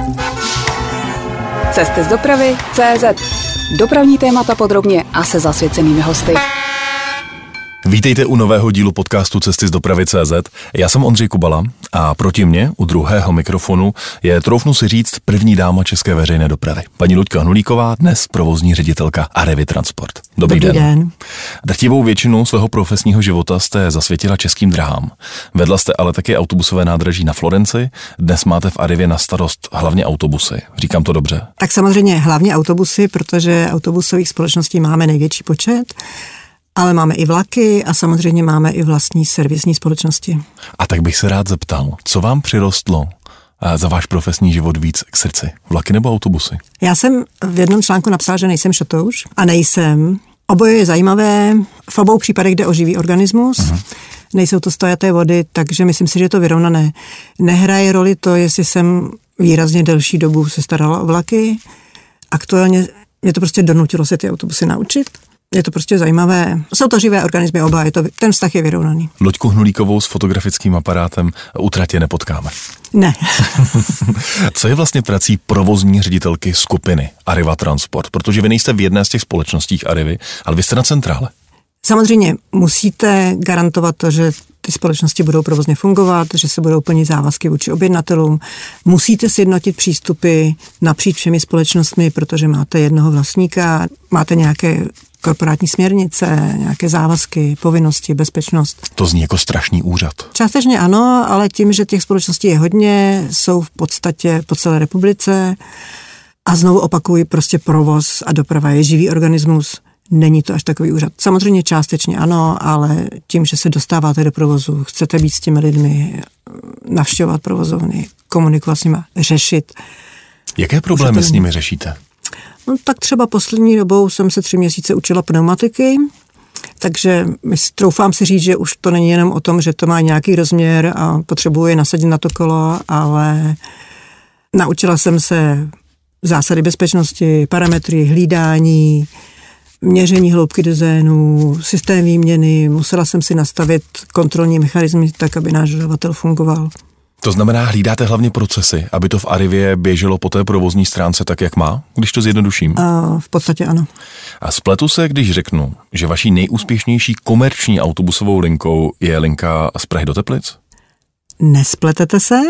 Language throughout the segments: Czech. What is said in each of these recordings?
Cesty z dopravy CZ. Dopravní témata podrobně a se zasvěcenými hosty. Vítejte u nového dílu podcastu Cesty z dopravy CZ. Já jsem Ondřej Kubala a proti mně u druhého mikrofonu je, troufnu si říct, první dáma české veřejné dopravy. Paní Luďka Hnulíková, dnes provozní ředitelka Arrivy Transport. Dobrý den. Drtivou většinu svého profesního života jste zasvětila Českým dráhám. Vedla jste ale taky autobusové nádraží na Florenci. Dnes máte v Arrivě na starost hlavně autobusy. Říkám to dobře? Tak samozřejmě hlavně autobusy, protože autobusových společností máme největší počet. Ale máme i vlaky a samozřejmě máme i vlastní servisní společnosti. A tak bych se rád zeptal, co vám přirostlo za váš profesní život víc k srdci? Vlaky nebo autobusy? Já jsem v jednom článku napsala, že nejsem šatouš a nejsem. Oboje je zajímavé. V obou případech jde o živý organismus. Nejsou to stojaté vody, takže myslím si, že je to vyrovnané. Nehraje roli to, jestli jsem výrazně delší dobu se starala o vlaky. Aktuálně mě to prostě donutilo se ty autobusy naučit. Je to prostě zajímavé. Jsou to živé organismy oba, ten vztah je vyrovnaný. Luďku Hnulíkovou s fotografickým aparátem u tratě nepotkáme. Ne. Co je vlastně prací provozní ředitelky skupiny Arriva Transport? Protože vy nejste v jedné z těch společností Arrivy, ale vy jste na centrále. Samozřejmě musíte garantovat to, že ty společnosti budou provozně fungovat, že se budou plnit závazky vůči objednatelům. Musíte sjednotit přístupy napříč všemi společnostmi, protože máte jednoho vlastníka, máte nějaké korporátní směrnice, nějaké závazky, povinnosti, bezpečnost. To zní jako strašný úřad. Částečně ano, ale tím, že těch společností je hodně, jsou v podstatě po celé republice a znovu opakuji, prostě provoz a doprava je živý organismus. Není to až takový úřad. Samozřejmě částečně ano, ale tím, že se dostáváte do provozu, chcete být s těmi lidmi, navštěvovat provozovny, komunikovat s nimi, řešit. Jaké problémy s nimi řešíte? No, tak třeba poslední dobou jsem se 3 měsíce učila pneumatiky, takže troufám si říct, že už to není jenom o tom, že to má nějaký rozměr a potřebuji je nasadit na to kolo, ale naučila jsem se zásady bezpečnosti, parametry, hlídání, měření hloubky dezénu, systém výměny, musela jsem si nastavit kontrolní mechanismy tak, aby náš dodavatel fungoval. To znamená, hlídáte hlavně procesy, aby to v Arrivě běželo po té provozní stránce tak, jak má, když to zjednoduším? V podstatě ano. A spletu se, když řeknu, že vaší nejúspěšnější komerční autobusovou linkou je linka z Prahy do Teplic? Nespletete se.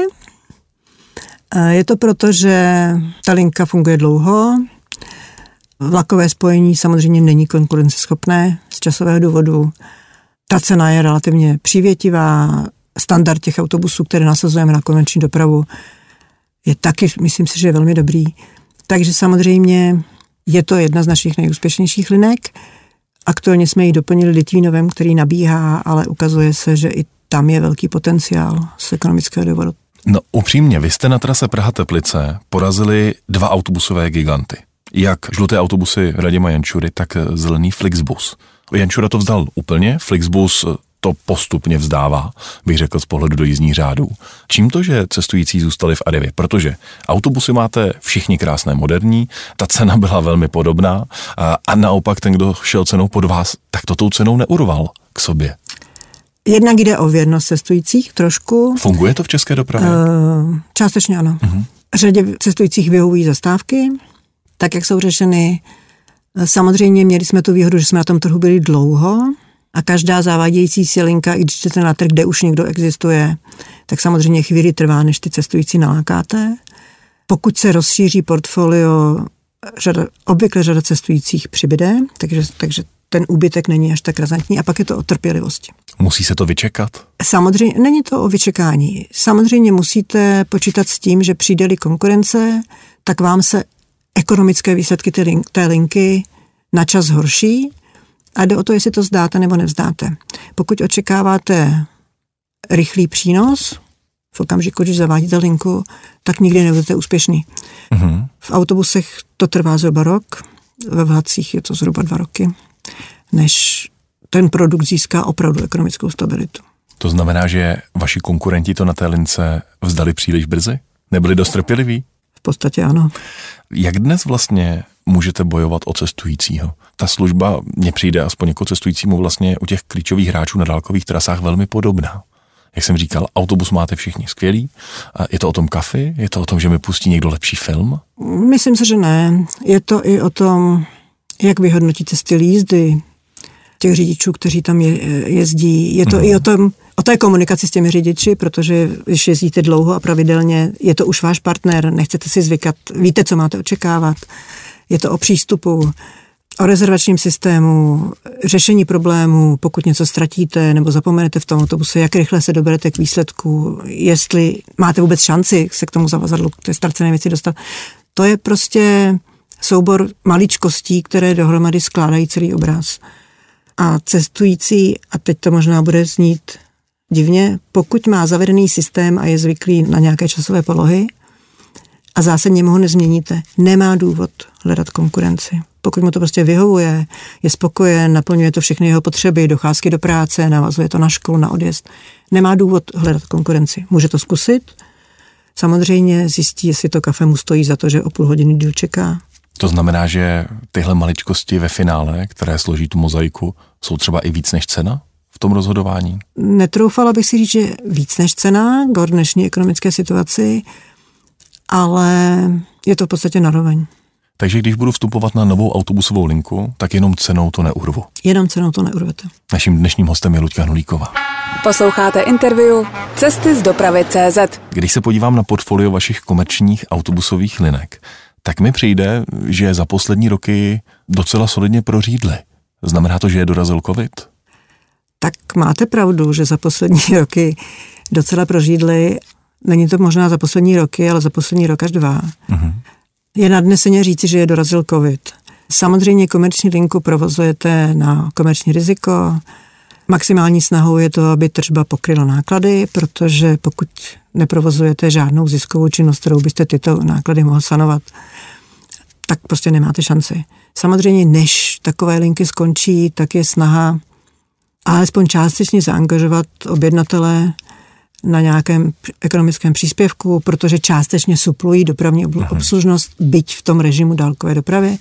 Je to proto, že ta linka funguje dlouho. Vlakové spojení samozřejmě není konkurenceschopné z časového důvodu. Ta cena je relativně přívětivá. Standard těch autobusů, které nasazujeme na konvenční dopravu, je taky, myslím si, že je velmi dobrý. Takže samozřejmě je to jedna z našich nejúspěšnějších linek. Aktuálně jsme ji doplnili Litvínovem, který nabíhá, ale ukazuje se, že i tam je velký potenciál z ekonomického důvodu. No upřímně, vy jste na trase Praha-Teplice porazili 2 autobusové giganty. Jak žluté autobusy Radima Jančury, tak zelený Flixbus. Jančura to vzdal úplně, Flixbus to postupně vzdává, bych řekl z pohledu do jízdních řádů. Čím to, že cestující zůstali v Arrivě? Protože autobusy máte všichni krásné, moderní, ta cena byla velmi podobná a naopak ten, kdo šel cenou pod vás, tak to tou cenou neurval k sobě. Jednak jde o věrnost cestujících trošku. Funguje to v české dopravě? Částečně ano. Řadě cestujících vyhovují zastávky, tak jak jsou řešeny. Samozřejmě měli jsme tu výhodu, že jsme na tom trhu byli dlouho a každá závádějící si linka, i když jdete na trh, kde už někdo existuje, tak samozřejmě chvíli trvá, než ty cestující nalákáte. Pokud se rozšíří portfolio, obvykle řada cestujících přibyde, takže ten úbytek není až tak razantní a pak je to o trpělivosti. Musí se to vyčekat? Samozřejmě, není to o vyčekání. Samozřejmě musíte počítat s tím, že přijde-li konkurence, tak vám se ekonomické výsledky té linky na čas zhorší a jde o to, jestli to vzdáte nebo nevzdáte. Pokud očekáváte rychlý přínos, v okamžiku, když zavádíte linku, tak nikdy nebudete úspěšný. V autobusech to trvá zhruba rok, ve vlacích je to zhruba 2 roky, než ten produkt získá opravdu ekonomickou stabilitu. To znamená, že vaši konkurenti to na té lince vzdali příliš brzy? Nebyli dost trpěliví? V podstatě ano. Jak dnes vlastně můžete bojovat o cestujícího? Ta služba mně přijde aspoň jako cestujícímu vlastně u těch klíčových hráčů na dálkových trasách velmi podobná. Jak jsem říkal, autobus máte všichni skvělý. Je to o tom kafi? Je to o tom, že mi pustí někdo lepší film? Myslím si, že ne. Je to i o tom, jak vyhodnotíte styl jízdy těch řidičů, kteří tam jezdí. Je to i o té komunikaci s těmi řidiči, protože když jezdíte dlouho a pravidelně, je to už váš partner, nechcete si zvykat, víte, co máte očekávat. Je to o přístupu, o rezervačním systému, řešení problémů, pokud něco ztratíte nebo zapomenete v tom autobuse, jak rychle se doberete k výsledku, jestli máte vůbec šanci se k tomu zavazadlu, k té ztracené věci dostat. To je prostě soubor maličkostí, které dohromady skládají celý obraz. A cestující, a teď to možná bude znít divně, pokud má zavedený systém a je zvyklý na nějaké časové polohy a zásadně mu ho nezměníte, nemá důvod hledat konkurenci. Pokud mu to prostě vyhovuje, je spokojen, naplňuje to všechny jeho potřeby, docházky do práce, navazuje to na školu, na odjezd, nemá důvod hledat konkurenci. Může to zkusit, samozřejmě zjistí, jestli to kafe mu stojí za to, že o půl hodiny díl čeká. To znamená, že tyhle maličkosti ve finále, které složí tu mozaiku, jsou třeba i víc než cena v tom rozhodování? Netroufala bych si říct, že víc než cena v dnešní ekonomické situaci, ale je to v podstatě naroveň. Takže když budu vstupovat na novou autobusovou linku, tak jenom cenou to neurvu. Jenom cenou to neurvete. Naším dnešním hostem je Luďka Hnulíková. Posloucháte interview Cesty z dopravy.cz. Když se podívám na portfolio vašich komerčních autobusových linek, tak mi přijde, že za poslední roky docela solidně prořídly. Znamená to, že je dorazil covid? Tak máte pravdu, že za poslední roky docela prořídly. Není to možná za poslední roky, ale za poslední rok až 2. Mhm. Je nadneseně říci, že je dorazil covid. Samozřejmě komerční linku provozujete na komerční riziko. Maximální snahou je to, aby tržba pokryla náklady, protože pokud neprovozujete žádnou ziskovou činnost, kterou byste tyto náklady mohl sanovat, tak prostě nemáte šanci. Samozřejmě, než takové linky skončí, tak je snaha alespoň částečně zaangažovat objednatele na nějakém ekonomickém příspěvku, protože částečně suplují dopravní obslužnost, byť v tom režimu dálkové dopravy,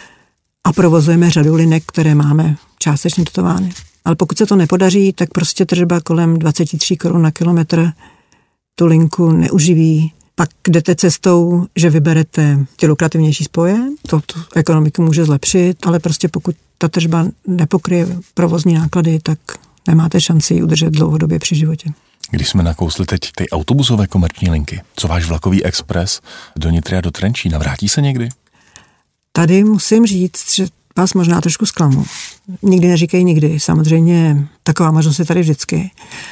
a provozujeme řadu linek, které máme částečně dotovány. Ale pokud se to nepodaří, tak prostě tržba kolem 23 korun na kilometr tu linku neuživí. Pak jdete cestou, že vyberete ty lukrativnější spoje, to tu ekonomiku může zlepšit, ale prostě pokud ta tržba nepokryje provozní náklady, tak nemáte šanci ji udržet dlouhodobě při životě. Když jsme nakousli teď ty autobusové komerční linky, co váš vlakový expres do Nitry a do Trenčína, vrátí se někdy? Tady musím říct, že vás možná trošku zklamu. Nikdy neříkej nikdy. Samozřejmě taková možnost je tady vždycky.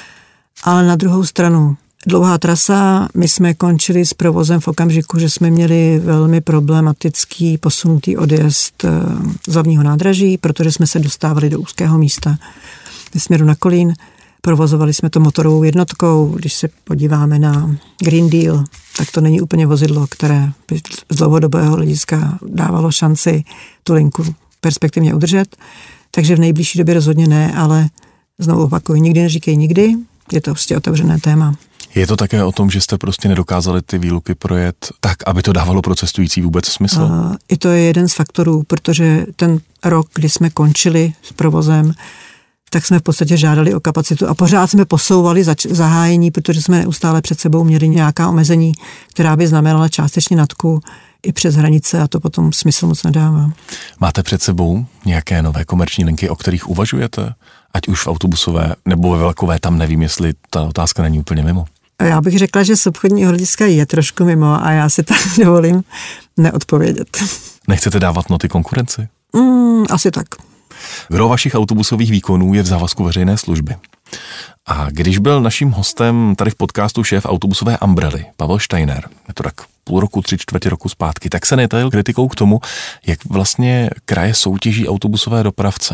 Ale na druhou stranu, dlouhá trasa, my jsme končili s provozem v okamžiku, že jsme měli velmi problematický posunutý odjezd z hlavního nádraží, protože jsme se dostávali do úzkého místa ve směru na Kolín. Provozovali jsme to motorovou jednotkou. Když se podíváme na Green Deal, tak to není úplně vozidlo, které by z dlouhodobého hlediska dávalo šanci tu linku perspektivně udržet. Takže v nejbližší době rozhodně ne, ale znovu opakuju, nikdy neříkej nikdy, je to prostě otevřené téma. Je to také o tom, že jste prostě nedokázali ty výluky projet tak, aby to dávalo pro cestující vůbec smysl? I to je jeden z faktorů, protože ten rok, kdy jsme končili s provozem, tak jsme v podstatě žádali o kapacitu a pořád jsme posouvali zahájení, protože jsme neustále před sebou měli nějaká omezení, která by znamenala částečně nadku i přes hranice, a to potom smysl moc nedává. Máte před sebou nějaké nové komerční linky, o kterých uvažujete? Ať už v autobusové nebo ve vlakové, tam nevím, jestli ta otázka není úplně mimo. Já bych řekla, že z obchodního hlediska je trošku mimo a já si tam dovolím neodpovědět. Nechcete dávat noty konkurenci? Asi tak. Gro vašich autobusových výkonů je v závazku veřejné služby. A když byl naším hostem tady v podcastu šéf autobusové Umbrely, Pavel Steiner, je to tak půl roku, 3/4 roku zpátky, tak se netajil kritikou k tomu, jak vlastně kraje soutěží autobusové dopravce.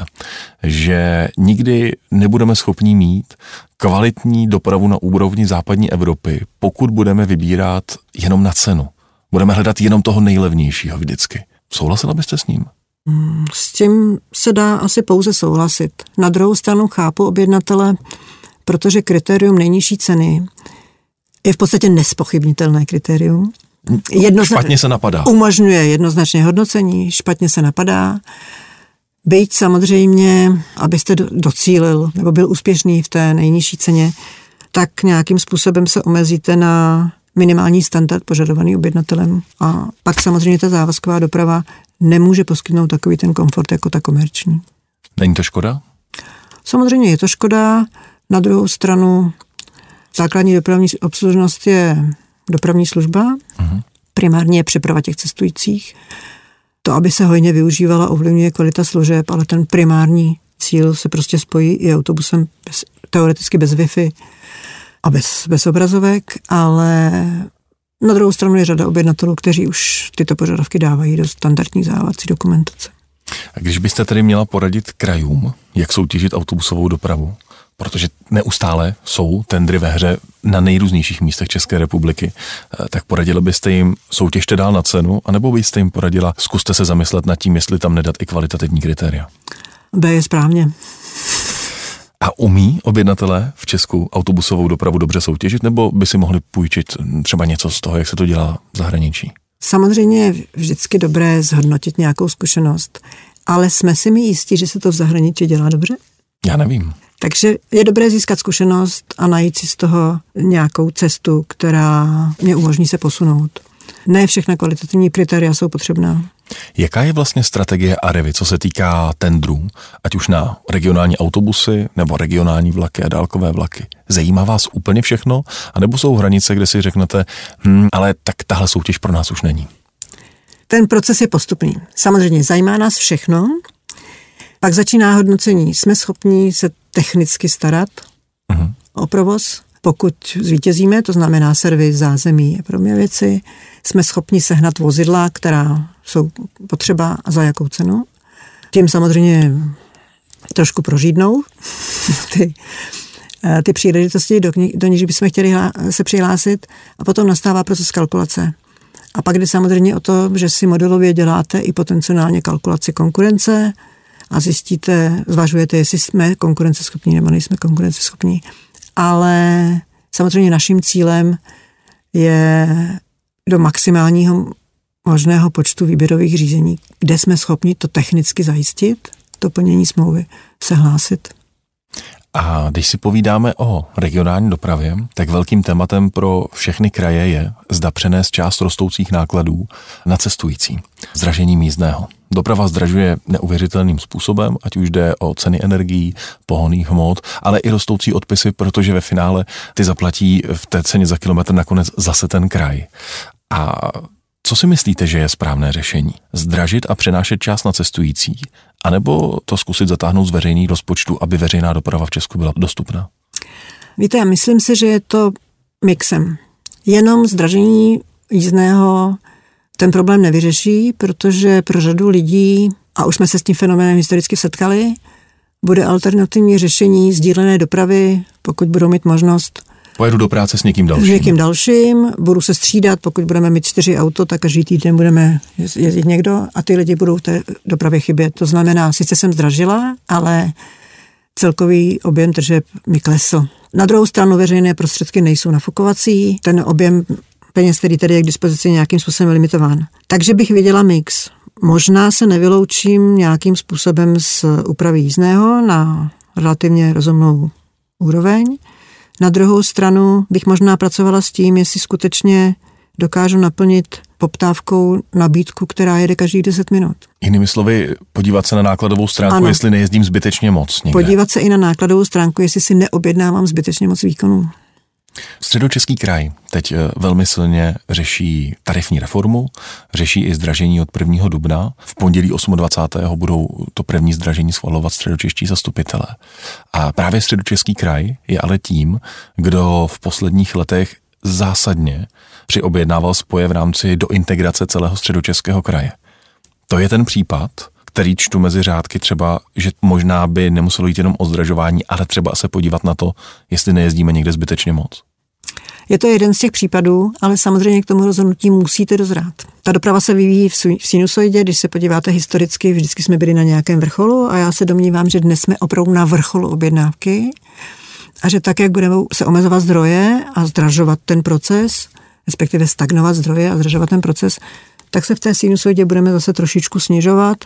Že nikdy nebudeme schopni mít kvalitní dopravu na úrovni západní Evropy, pokud budeme vybírat jenom na cenu. Budeme hledat jenom toho nejlevnějšího vždycky. Souhlasila byste s ním? S tím se dá asi pouze souhlasit. Na druhou stranu chápu objednatele, protože kritérium nejnižší ceny je v podstatě nespochybnitelné kritérium. Špatně se napadá. Umožňuje jednoznačné hodnocení, špatně se napadá. Byť samozřejmě, abyste docílil nebo byl úspěšný v té nejnižší ceně, tak nějakým způsobem se omezíte na minimální standard požadovaný objednatelem. A pak samozřejmě ta závazková doprava nemůže poskytnout takový ten komfort jako ta komerční. Není to škoda? Samozřejmě je to škoda. Na druhou stranu základní dopravní obslužnost je dopravní služba. Primárně je přeprava těch cestujících. To, aby se hojně využívala, ovlivňuje kvalita služeb, ale ten primární cíl se prostě spojí i autobusem teoreticky bez Wi-Fi a bez obrazovek, ale na druhou stranu je řada objednatelů, kteří už tyto požadavky dávají do standardní zadávací dokumentace. A když byste tedy měla poradit krajům, jak soutěžit autobusovou dopravu, protože neustále jsou tendry ve hře na nejrůznějších místech České republiky, tak poradila byste jim soutěžte dál na cenu, anebo byste jim poradila zkuste se zamyslet nad tím, jestli tam nedat i kvalitativní kritéria? B je správně. A umí objednatelé v Česku autobusovou dopravu dobře soutěžit, nebo by si mohli půjčit třeba něco z toho, jak se to dělá v zahraničí? Samozřejmě je vždycky dobré zhodnotit nějakou zkušenost, ale jsme si mi jistí, že se to v zahraničí dělá dobře? Já nevím. Takže je dobré získat zkušenost a najít si z toho nějakou cestu, která mě umožní se posunout. Ne všechna kvalitativní kritéria jsou potřebná. Jaká je vlastně strategie Arrivy, co se týká tendrů, ať už na regionální autobusy nebo regionální vlaky a dálkové vlaky? Zajímá vás úplně všechno? A nebo jsou hranice, kde si řeknete, ale tak tahle soutěž pro nás už není? Ten proces je postupný. Samozřejmě zajímá nás všechno, pak začíná hodnocení. Jsme schopni se technicky starat o provoz. Pokud zvítězíme, to znamená servis, zázemí a podobné věci, jsme schopni sehnat vozidla, která jsou potřeba a za jakou cenu. Tím samozřejmě trošku prořídnou ty příležitosti, do níž bychom chtěli se přihlásit, a potom nastává proces kalkulace. A pak jde samozřejmě o to, že si modelově děláte i potenciálně kalkulaci konkurence a zvažujete, jestli jsme konkurenceschopní nebo nejsme konkurenceschopní. Ale samozřejmě naším cílem je do maximálního možného počtu výběrových řízení, kde jsme schopni to technicky zajistit, to plnění smlouvy, se hlásit. A když si povídáme o regionální dopravě, tak velkým tématem pro všechny kraje je, zda přenést část rostoucích nákladů na cestující. Zdražení jízdného. Doprava zdražuje neuvěřitelným způsobem, ať už jde o ceny energií, pohonných hmot, ale i rostoucí odpisy, protože ve finále ty zaplatí v té ceně za kilometr nakonec zase ten kraj. A co si myslíte, že je správné řešení? Zdražit a přenášet část na cestující? A nebo to zkusit zatáhnout z veřejných rozpočtů, aby veřejná doprava v Česku byla dostupná? Víte, já myslím si, že je to mixem. Jenom zdražení jízdného ten problém nevyřeší, protože pro řadu lidí, a už jsme se s tím fenoménem historicky setkali, bude alternativní řešení sdílené dopravy, pokud budou mít možnost. Pojedu do práce s někým dalším. S někým dalším, budu se střídat, pokud budeme mít 4 auto, tak každý týden budeme jezdit někdo a ty lidi budou v té dopravě chybět. To znamená, sice jsem zdražila, ale celkový objem tržeb mi klesl. Na druhou stranu veřejné prostředky nejsou nafukovací, ten objem peněz, který tady je k dispozici, nějakým způsobem limitován. Takže bych viděla mix. Možná se nevyloučím nějakým způsobem z úpravy jízdného na relativně rozumnou úroveň. Na druhou stranu bych možná pracovala s tím, jestli skutečně dokážu naplnit poptávkou nabídku, která jede každých 10 minut. Jinými slovy, podívat se na nákladovou stránku, ano. Jestli nejezdím zbytečně moc někde. Podívat se i na nákladovou stránku, jestli si neobjednávám zbytečně moc výkonů. Středočeský kraj teď velmi silně řeší tarifní reformu, řeší i zdražení od 1. dubna. V pondělí 28. budou to první zdražení schvalovat středočeští zastupitelé. A právě Středočeský kraj je ale tím, kdo v posledních letech zásadně přiobjednával spoje v rámci dointegrace celého Středočeského kraje. To je ten případ, který čtu mezi řádky třeba, že možná by nemuselo jít jenom o zdražování, ale třeba se podívat na to, jestli nejezdíme někde zbytečně moc. Je to jeden z těch případů, ale samozřejmě k tomu rozhodnutí musíte dozrát. Ta doprava se vyvíjí v sinusoidě, když se podíváte historicky, vždycky jsme byli na nějakém vrcholu a já se domnívám, že dnes jsme opravdu na vrcholu objednávky a že tak, jak budeme se omezovat zdroje a zdražovat ten proces, respektive stagnovat zdroje a zdražovat ten proces, tak se v té sinusoidě budeme zase trošičku snižovat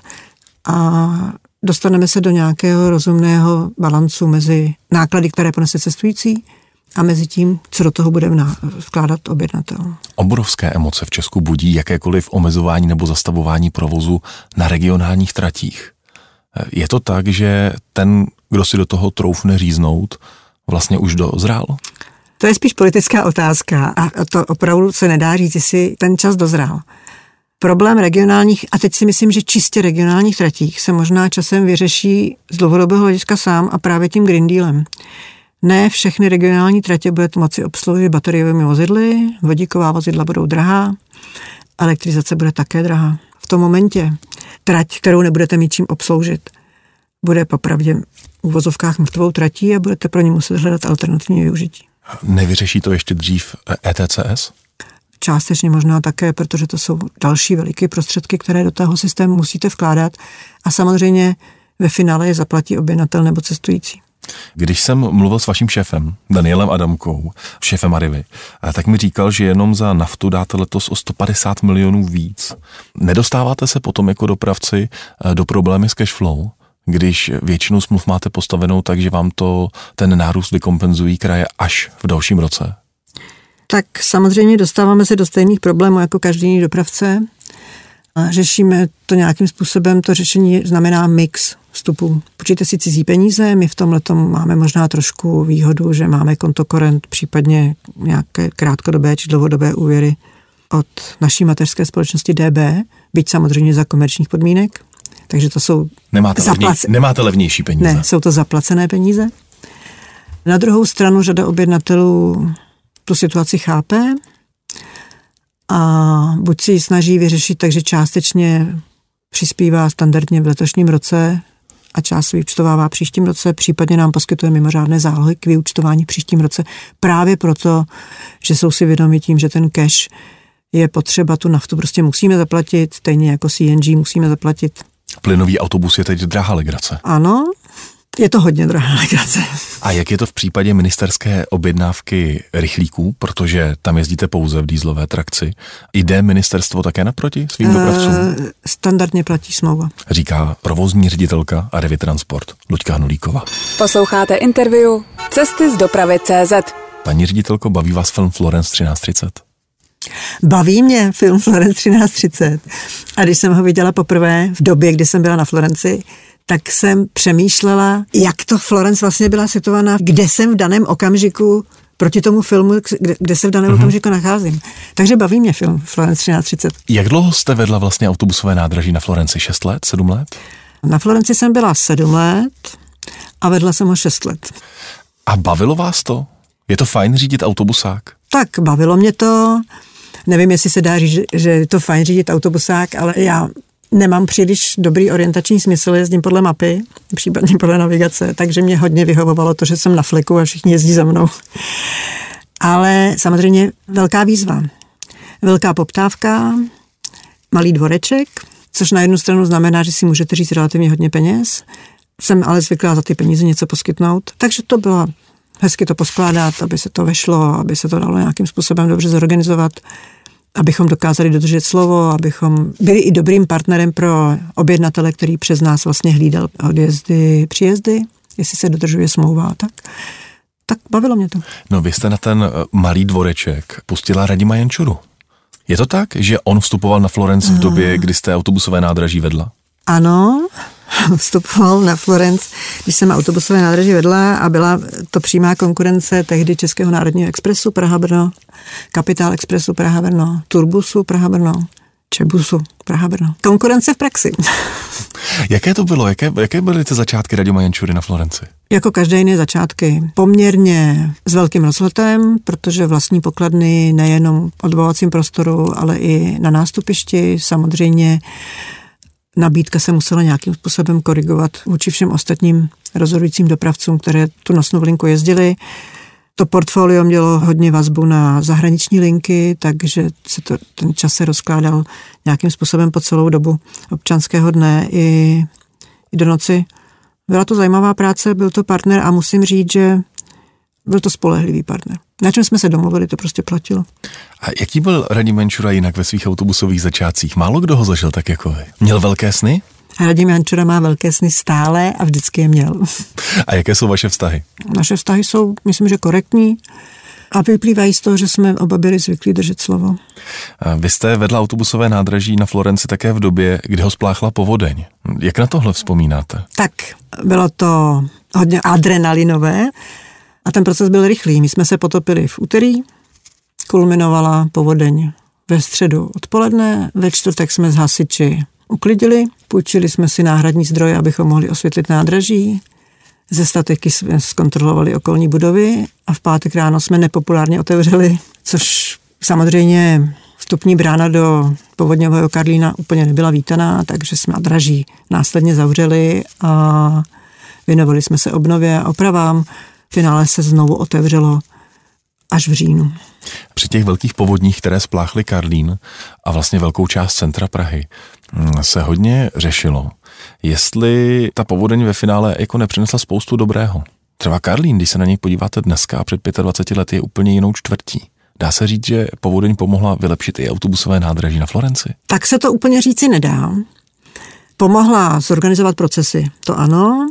a dostaneme se do nějakého rozumného balancu mezi náklady, které ponese cestující, a mezi tím, co do toho bude vkládat objednatel. Obrovské emoce v Česku budí jakékoliv omezování nebo zastavování provozu na regionálních tratích. Je to tak, že ten, kdo si do toho troufne říznout, vlastně už dozrál? To je spíš politická otázka a to opravdu se nedá říct, jestli ten čas dozrál. Problém regionálních, a teď si myslím, že čistě regionálních tratích se možná časem vyřeší z dlouhodobého hlediska sám a právě tím Green Dealem. Ne všechny regionální tratě budete moci obsloužit bateriovými vozidly, vodíková vozidla budou drahá, elektrizace bude také drahá. V tom momentě trať, kterou nebudete mít čím obsloužit, bude popravdě v uvozovkách mrtvou tratí a budete pro ně muset hledat alternativní využití. Nevyřeší to ještě dřív ETCS? Částečně možná také, protože to jsou další veliké prostředky, které do toho systému musíte vkládat a samozřejmě ve finále je zaplatí objednatel nebo cestující. Když jsem mluvil s vaším šéfem, Danielem Adamkou, šéfem Arrivy, tak mi říkal, že jenom za naftu dáte letos o 150 milionů víc. Nedostáváte se potom jako dopravci do problémy s cash flow, když většinu smluv máte postavenou tak, že vám to ten nárůst vykompenzují kraje až v dalším roce? Tak samozřejmě dostáváme se do stejných problémů jako každý jiný dopravce. Řešíme to nějakým způsobem, to řešení znamená mix vstupů. Počíte si cizí peníze, my v tomhletom máme možná trošku výhodu, že máme kontokorent, případně nějaké krátkodobé či dlouhodobé úvěry od naší mateřské společnosti DB, byť samozřejmě za komerčních podmínek. Takže to jsou Nemáte levnější peníze. Ne, jsou to zaplacené peníze. Na druhou stranu řada objednatelů tu situaci chápe a buď si ji snaží vyřešit, takže částečně přispívá standardně v letošním roce a část vyúčtovává příštím roce, případně nám poskytuje mimořádné zálohy k vyúčtování příštím roce. Právě proto, že jsou si vědomi tím, že ten cash je potřeba, tu naftu prostě musíme zaplatit, stejně jako CNG musíme zaplatit. Plynový autobus je teď drahá legrace. Ano, je to hodně drahá legrace. A jak je to v případě ministerské objednávky rychlíků, protože tam jezdíte pouze v dieselové trakci? Jde ministerstvo také naproti svým dopravcům? Standardně platí smlouva. Říká provozní ředitelka Arrivy Transport Luďka Hnulíková. Posloucháte interview Cesty z dopravy.cz. Paní ředitelko, baví vás film Florence 1330? Baví mě film Florence 1330. A když jsem ho viděla poprvé v době, kdy jsem byla na Florenci, tak jsem přemýšlela, jak to Florence vlastně byla situovaná, kde jsem v daném okamžiku proti tomu filmu, kde se v daném okamžiku nacházím. Takže baví mě film Florence 1330. Jak dlouho jste vedla vlastně autobusové nádraží na Florenci? 6 let? 7 let? Na Florenci jsem byla 7 let a vedla jsem ho 6 let. A bavilo vás to? Je to fajn řídit autobusák? Tak, bavilo mě to. Nevím, jestli se dá říct, že je to fajn řídit autobusák, ale já nemám příliš dobrý orientační smysl, jezdím podle mapy, případně podle navigace, takže mě hodně vyhovovalo to, že jsem na fleku a všichni jezdí za mnou. Ale samozřejmě velká výzva. Velká poptávka, malý dvoreček, což na jednu stranu znamená, že si můžete říct relativně hodně peněz. Jsem ale zvyklá za ty peníze něco poskytnout, takže to bylo hezky to poskládat, aby se to vešlo, aby se to dalo nějakým způsobem dobře zorganizovat, abychom dokázali dodržet slovo, abychom byli i dobrým partnerem pro objednatele, který přes nás vlastně hlídal odjezdy, příjezdy, jestli se dodržuje smlouva, tak bavilo mě to. No vy jste na ten malý dvoreček pustila Radima Jančuru. Je to tak, že on vstupoval na Florence v době, kdy jste autobusové nádraží vedla? Ano, vstupoval na Florence, když jsem autobusové nádraží vedla a byla to přímá konkurence tehdy Českého národního expresu Praha-Brno, Kapitál expresu Praha-Brno, Turbusu Praha-Brno, Čebusu Praha-Brno. Konkurence v praxi. Jaké to bylo? Jaké byly ty začátky Radima Jančury na Florenci? Jako každé jiné začátky. Poměrně s velkým rozhletem, protože vlastní pokladny nejenom v odbavovacím prostoru, ale i na nástupišti. Samozřejmě nabídka se musela nějakým způsobem korigovat vůči všem ostatním rozhodujícím dopravcům, které tu nosnou linku jezdili. To portfolio mělo hodně vazbu na zahraniční linky, takže ten čas se rozkládal nějakým způsobem po celou dobu občanského dne i do noci. Byla to zajímavá práce, byl to partner a musím říct, že byl to spolehlivý partner. Na čem jsme se domluvili, to prostě platilo. A jaký byl Radim Jančura jinak ve svých autobusových začátcích? Málo kdo ho zažil tak jako vy. Měl velké sny? Radim Jančura má velké sny stále a vždycky je měl. A jaké jsou vaše vztahy? Naše vztahy jsou, myslím, že korektní a vyplývají z toho, že jsme oba byli zvyklí držet slovo. Vy jste vedla autobusové nádraží na Florenci také v době, kdy ho spláchla povodeň. Jak na tohle vzpomínáte? Tak, bylo to hodně adrenalinové a ten proces byl rychlý. My jsme se potopili v úterý, kulminovala povodeň ve středu odpoledne, ve čtvrtek jsme s hasiči uklidili, půjčili jsme si náhradní zdroje, abychom mohli osvětlit nádraží, ze statiky jsme zkontrolovali okolní budovy a v pátek ráno jsme nepopulárně otevřeli, což samozřejmě vstupní brána do povodňového Karlína úplně nebyla vítaná, takže jsme nádraží následně zavřeli a věnovali jsme se obnově a opravám. V finále se znovu otevřelo až v říjnu. Při těch velkých povodních, které spláchly Karlín a vlastně velkou část centra Prahy, se hodně řešilo, jestli ta povodeň ve finále jako nepřinesla spoustu dobrého. Třeba Karlín, když se na něj podíváte dneska a před 25 lety, je úplně jinou čtvrtí. Dá se říct, že povodeň pomohla vylepšit i autobusové nádraží na Florenci? Tak se to úplně říci nedá. Pomohla zorganizovat procesy, to ano,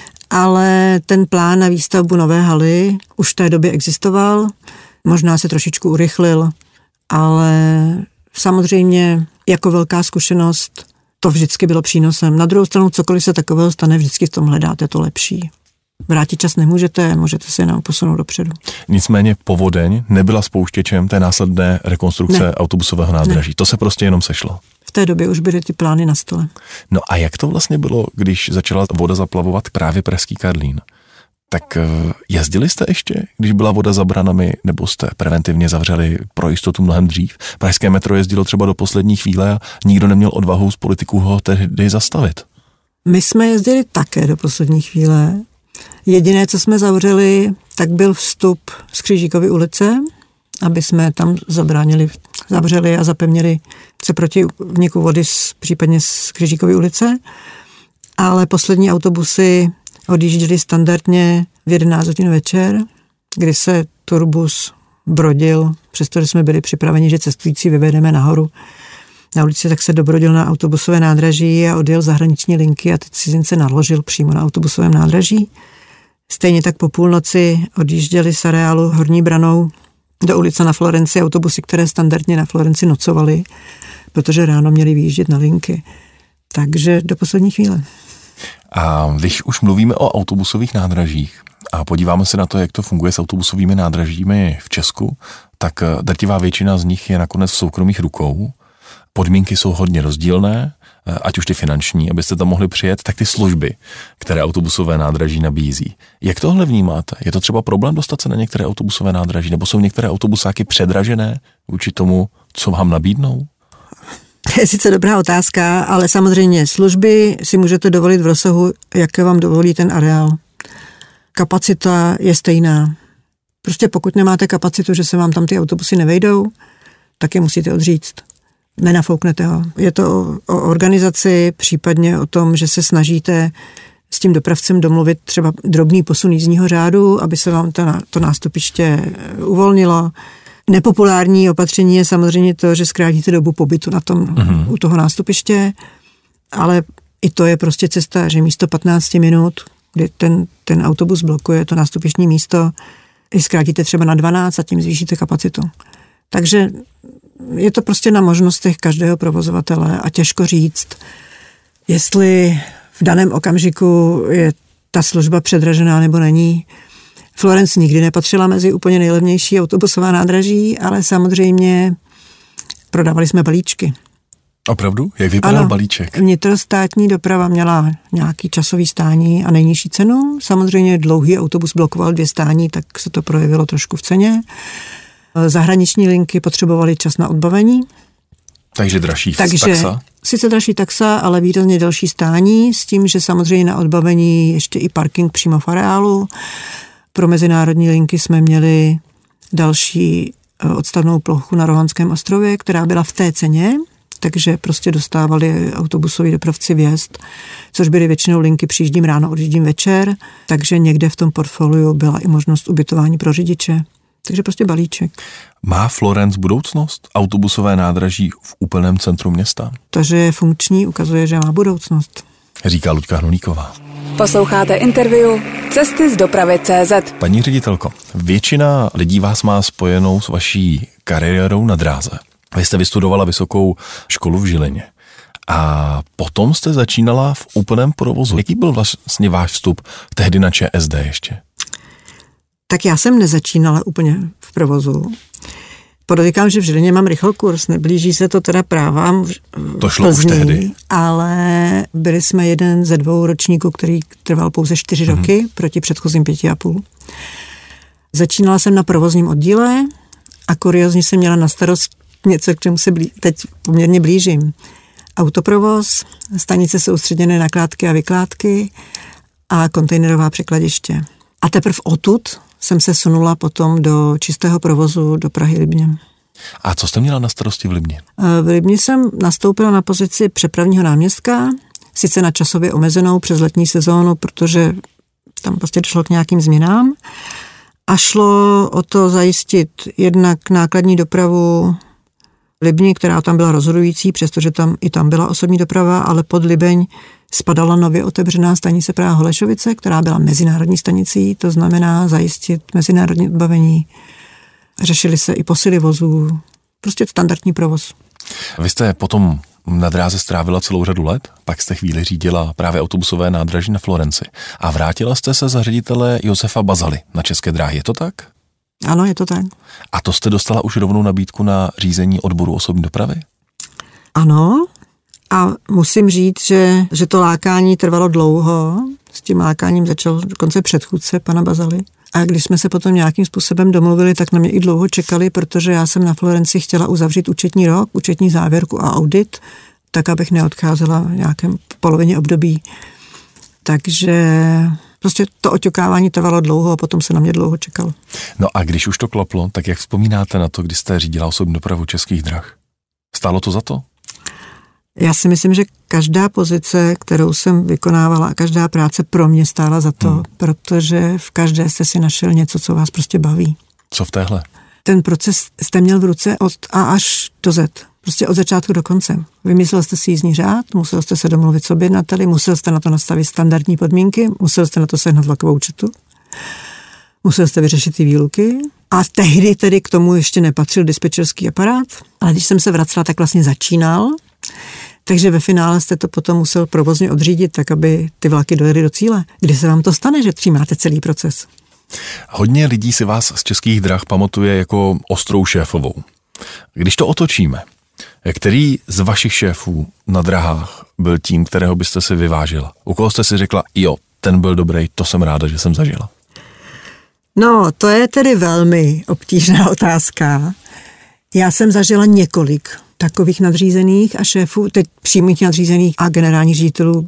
ale ten plán na výstavbu nové haly už v té době existoval, možná se trošičku urychlil, ale samozřejmě jako velká zkušenost to vždycky bylo přínosem. Na druhou stranu, cokoliv se takového stane, vždycky v tom hledáte to lepší. Vrátit čas nemůžete, můžete se jenom posunout dopředu. Nicméně povodeň nebyla spouštěčem té následné rekonstrukce autobusového nádraží. Ne. To se prostě jenom sešlo. V té době už byly ty plány na stole. No a jak to vlastně bylo, když začala voda zaplavovat právě pražský Karlín? Tak jezdili jste ještě, když byla voda za branami, nebo jste preventivně zavřeli pro jistotu mnohem dřív? Pražské metro jezdilo třeba do poslední chvíle a nikdo neměl odvahu z politiků ho tehdy zastavit. My jsme jezdili také do poslední chvíle. Jediné, co jsme zavřeli, tak byl vstup z Křížíkovy ulice, aby jsme tam zavřeli a zapevnili se proti vniku vody případně z Křížíkovy ulice. Ale poslední autobusy odjížděli standardně v 11 hodin večer, kdy se turbus brodil, přestože jsme byli připraveni, že cestující vyvedeme nahoru na ulici, tak se dobrodil na autobusové nádraží a odjel zahraniční linky a ty cizince naložil přímo na autobusovém nádraží. Stejně tak po půlnoci odjížděli z areálu Horní branou do ulice na Florenci autobusy, které standardně na Florenci nocovaly, protože ráno měli vyjíždět na linky. Takže do poslední chvíle. A když už mluvíme o autobusových nádražích a podíváme se na to, jak to funguje s autobusovými nádražími v Česku, tak drtivá většina z nich je nakonec v soukromých rukou. Podmínky jsou hodně rozdílné, ať už ty finanční, abyste tam mohli přijet, tak ty služby, které autobusové nádraží nabízí. Jak tohle vnímáte? Je to třeba problém dostat se na některé autobusové nádraží, nebo jsou některé autobusáky předražené vůči tomu, co vám nabídnou? To je sice dobrá otázka, ale samozřejmě služby si můžete dovolit v rozsahu, jaké vám dovolí ten areál. Kapacita je stejná. Prostě pokud nemáte kapacitu, že se vám tam ty autobusy nevejdou, tak je musíte odříct. Nenafouknete ho. Je to o organizaci, případně o tom, že se snažíte s tím dopravcem domluvit třeba drobný posun jízdního řádu, aby se vám to nástupiště uvolnilo. Nepopulární opatření je samozřejmě to, že zkrátíte dobu pobytu u toho nástupiště, ale i to je prostě cesta, že místo 15 minut, kdy ten autobus blokuje to nástupištní místo, i zkrátíte třeba na 12 a tím zvýšíte kapacitu. Takže je to prostě na možnostech každého provozovatele a těžko říct, jestli v daném okamžiku je ta služba předražená nebo není. Florence nikdy nepatřila mezi úplně nejlevnější autobusová nádraží, ale samozřejmě prodávali jsme balíčky. Opravdu? Jak vypadal balíček? Vnitrostátní doprava měla nějaký časový stání a nejnižší cenu. Samozřejmě dlouhý autobus blokoval 2 stání, tak se to projevilo trošku v ceně. Zahraniční linky potřebovaly čas na odbavení. Takže dražší taxa? Sice dražší taxa, ale výrazně delší stání, s tím, že samozřejmě na odbavení ještě i parking přímo v areálu. Pro mezinárodní linky jsme měli další odstavnou plochu na Rohanském ostrově, která byla v té ceně, takže prostě dostávali autobusoví dopravci vjezd, což byly většinou linky přijíždím ráno, odjíždím večer, takže někde v tom portfoliu byla i možnost ubytování pro řidiče. Takže prostě balíček. Má Florence budoucnost? Autobusové nádraží v úplném centru města? To, že je funkční, ukazuje, že má budoucnost. říká Luďka Hnulíková. Posloucháte interview Cesty z dopravy.cz. Paní ředitelko, většina lidí vás má spojenou s vaší kariérou na dráze. Vy jste vystudovala vysokou školu v Žilině a potom jste začínala v úplném provozu. Jaký byl vlastně váš vstup tehdy na ČSD ještě? Tak já jsem nezačínala úplně v provozu. Podotýkám, že v Žilině mám rychlokurs, neblíží se to teda právám to šlo Plzni, už tehdy. Ale byli jsme jeden ze 2 ročníků, který trval pouze 4 roky proti předchozím 5,5. Začínala jsem na provozním oddíle a kuriozně jsem měla na starost něco, k čemu se teď poměrně blížím. Autoprovoz, stanice soustředěné nakládky a vykládky a kontejnerová překladiště. A teprve odtud jsem se sunula potom do čistého provozu do Prahy Libně. A co jste měla na starosti v Libni? V Libni jsem nastoupila na pozici přepravního náměstka, sice na časově omezenou přes letní sezónu, protože tam prostě došlo k nějakým změnám. A šlo o to zajistit jednak nákladní dopravu Libni, která tam byla rozhodující, přestože tam byla osobní doprava, ale pod Libeň spadala nově otevřená stanice Praha-Holešovice, která byla mezinárodní stanicí, to znamená zajistit mezinárodní odbavení. Řešily se i posily vozů, prostě standardní provoz. Vy jste potom na dráze strávila celou řadu let, pak jste chvíli řídila právě autobusové nádraží na Florenci a vrátila jste se za ředitele Josefa Bazaly na České dráhy, je to tak? Ano, je to tak. A to jste dostala už rovnou nabídku na řízení odboru osobní dopravy? Ano, a musím říct, že to lákání trvalo dlouho. S tím lákáním začal dokonce předchůdce pana Bazaly. A když jsme se potom nějakým způsobem domluvili, tak na mě i dlouho čekali, protože já jsem na Florenci chtěla uzavřít účetní rok, účetní závěrku a audit, tak abych neodcházela v nějakém polovině období. Takže prostě to oťukávání trvalo dlouho a potom se na mě dlouho čekalo. No a když už to klaplo, tak jak vzpomínáte na to, kdy jste řídila osobní dopravu Českých drah? Stálo to za to? Já si myslím, že každá pozice, kterou jsem vykonávala a každá práce pro mě stála za to, protože v každé jste si našel něco, co vás prostě baví. Co v téhle? Ten proces jste měl v ruce od A až do Z. Prostě od začátku do konce. Vymyslel jste si jízdní řád, musel jste se domluvit s objednateli, musel jste na to nastavit standardní podmínky, musel jste na to sehnat vlakovou účtu, musel jste vyřešit ty výluky a tehdy tedy k tomu ještě nepatřil dispečerský aparát, ale když jsem se vracela, tak vlastně začínal, takže ve finále jste to potom musel provozně odřídit, tak aby ty vlaky dojely do cíle. Kdy se vám to stane, že přijímáte celý proces? Hodně lidí si vás z Českých drah pamatuje jako ostrou šéfovou. Když to otočíme, který z vašich šéfů na drahách byl tím, kterého byste si vyvážila? U koho jste si řekla, jo, ten byl dobrý, to jsem ráda, že jsem zažila? No, to je tedy velmi obtížná otázka. Já jsem zažila několik takových nadřízených a šéfů, teď přímých nadřízených a generálních ředitelů,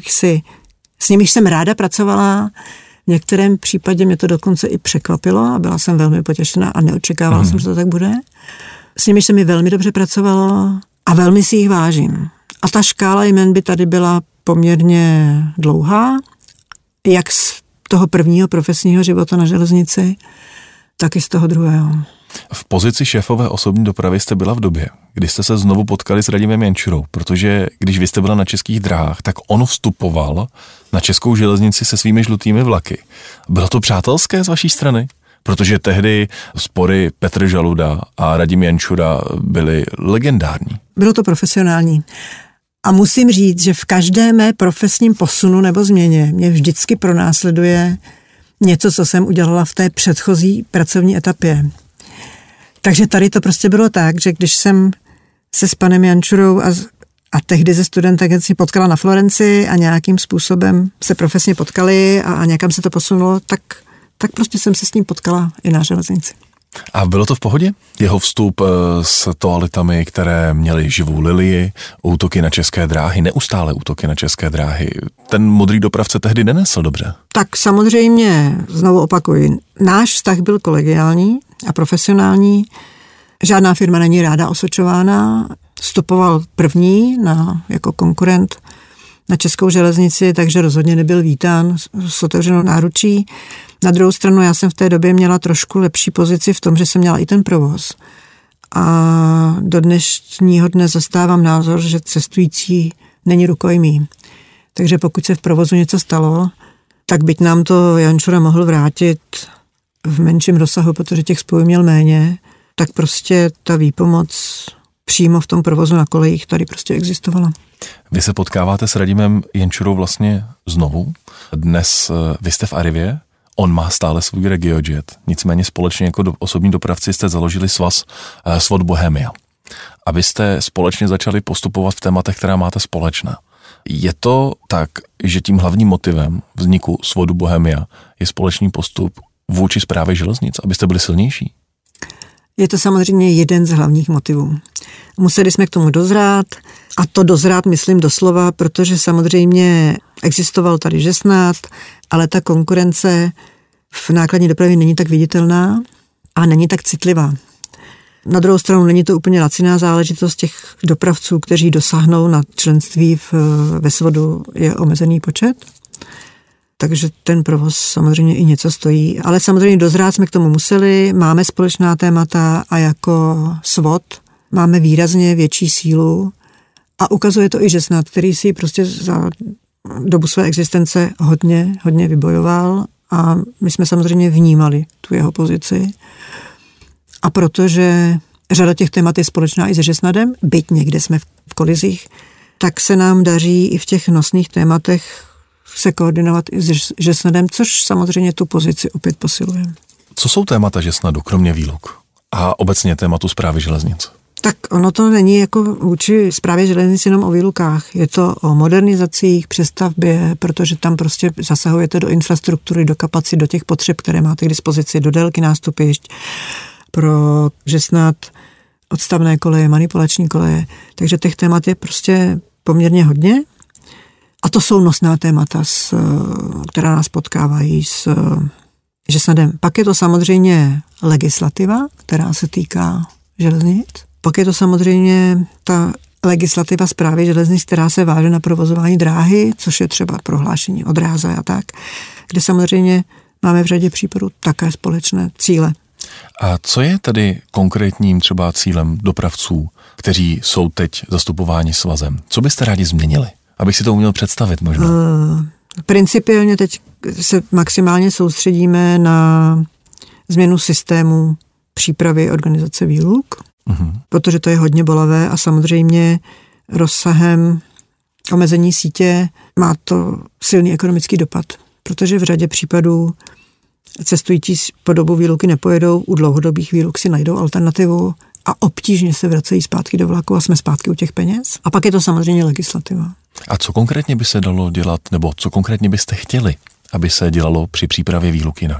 s nimiž jsem ráda pracovala. V některém případě mě to dokonce i překvapilo a byla jsem velmi potěšená a neočekávala jsem, že to tak bude. S nimiž se mi velmi dobře pracovalo a velmi si jich vážím. A ta škála jmen by tady byla poměrně dlouhá, jak z toho prvního profesního života na železnici, tak i z toho druhého. V pozici šéfové osobní dopravy jste byla v době, kdy jste se znovu potkali s Radimem Jančurou, protože když vy jste byla na Českých drahách, tak on vstupoval na Českou železnici se svými žlutými vlaky. Bylo to přátelské z vaší strany? Protože tehdy spory Petr Žaluda a Radim Jančura byly legendární. Bylo to profesionální. A musím říct, že v každé mé profesním posunu nebo změně mě vždycky pronásleduje něco, co jsem udělala v té předchozí pracovní etapě. Takže tady to prostě bylo tak, že když jsem se s panem Jančurou a tehdy ze studentagenci potkala na Florenci a nějakým způsobem se profesně potkali a někam se to posunulo, tak prostě jsem se s ním potkala i na železnici. A bylo to v pohodě? Jeho vstup s toaletami, které měly živou lilii, útoky na České dráhy, neustále útoky na České dráhy. Ten modrý dopravce tehdy nenesl dobře. Tak samozřejmě, znovu opakuji, náš vztah byl kolegiální a profesionální. Žádná firma není ráda osočována. Vstupoval první jako konkurent na Českou železnici, takže rozhodně nebyl vítán s otevřenou náručí. Na druhou stranu já jsem v té době měla trošku lepší pozici v tom, že jsem měla i ten provoz. A do dnešního dne zastávám názor, že cestující není rukojmí. Takže pokud se v provozu něco stalo, tak byť nám to Jančura mohl vrátit v menším rozsahu, protože těch spojů měl méně, tak prostě ta výpomoc přímo v tom provozu na kolejích tady prostě existovala. Vy se potkáváte s Radimem Jančurou vlastně znovu. Dnes vy jste v Arrivě, on má stále svůj RegioJet. Nicméně společně jako osobní dopravci jste založili svaz SWOT Bohemia. Abyste společně začali postupovat v tématech, která máte společná. Je to tak, že tím hlavním motivem vzniku SWOTu Bohemia je společný postup vůči správě železnic, abyste byli silnější? Je to samozřejmě jeden z hlavních motivů. Museli jsme k tomu dozrát, a to dozrát myslím doslova, protože samozřejmě existoval tady Žesnat, ale ta konkurence v nákladní dopravě není tak viditelná a není tak citlivá. Na druhou stranu není to úplně laciná záležitost těch dopravců, kteří dosáhnou na členství ve SWOTu, je omezený počet. Takže ten provoz samozřejmě i něco stojí. Ale samozřejmě dozrát jsme k tomu museli, máme společná témata a jako SWOT máme výrazně větší sílu a ukazuje to i Žesnat, který si prostě za dobu své existence hodně vybojoval a my jsme samozřejmě vnímali tu jeho pozici. A protože řada těch témat je společná i se Žesnadem, byť někde jsme v kolizích, tak se nám daří i v těch nosných tématech se koordinovat i s Žesnadem, což samozřejmě tu pozici opět posiluje. Co jsou témata Žesnadu, kromě výluk? A obecně tématu správy železnic? Tak ono to není jako vůči správě železnic jenom o výlukách. Je to o modernizacích, přestavbě, protože tam prostě zasahujete do infrastruktury, do kapacit, do těch potřeb, které máte k dispozici, do délky nástupišť, pro Žesnat, odstavné koleje, manipulační koleje. Takže těch témat je prostě poměrně hodně. A to jsou nosná témata, která nás potkávají s Žesnadem. Pak je to samozřejmě legislativa, která se týká železnic. Pak je to samozřejmě ta legislativa správy železnic, která se váže na provozování dráhy, což je třeba prohlášení o dráze a tak, kde samozřejmě máme v řadě případů také společné cíle. A co je tedy konkrétním třeba cílem dopravců, kteří jsou teď zastupováni svazem? Co byste rádi změnili? Abych si to uměl představit možná. Principiálně teď se maximálně soustředíme na změnu systému přípravy organizace výluk, protože to je hodně bolavé a samozřejmě rozsahem omezení sítě má to silný ekonomický dopad, protože v řadě případů cestující po dobu výluky nepojedou, u dlouhodobých výluk si najdou alternativu a obtížně se vracejí zpátky do vlaku a jsme zpátky u těch peněz. A pak je to samozřejmě legislativa. A co konkrétně by se dalo dělat, nebo co konkrétně byste chtěli, aby se dělalo při přípravě výluk jinak?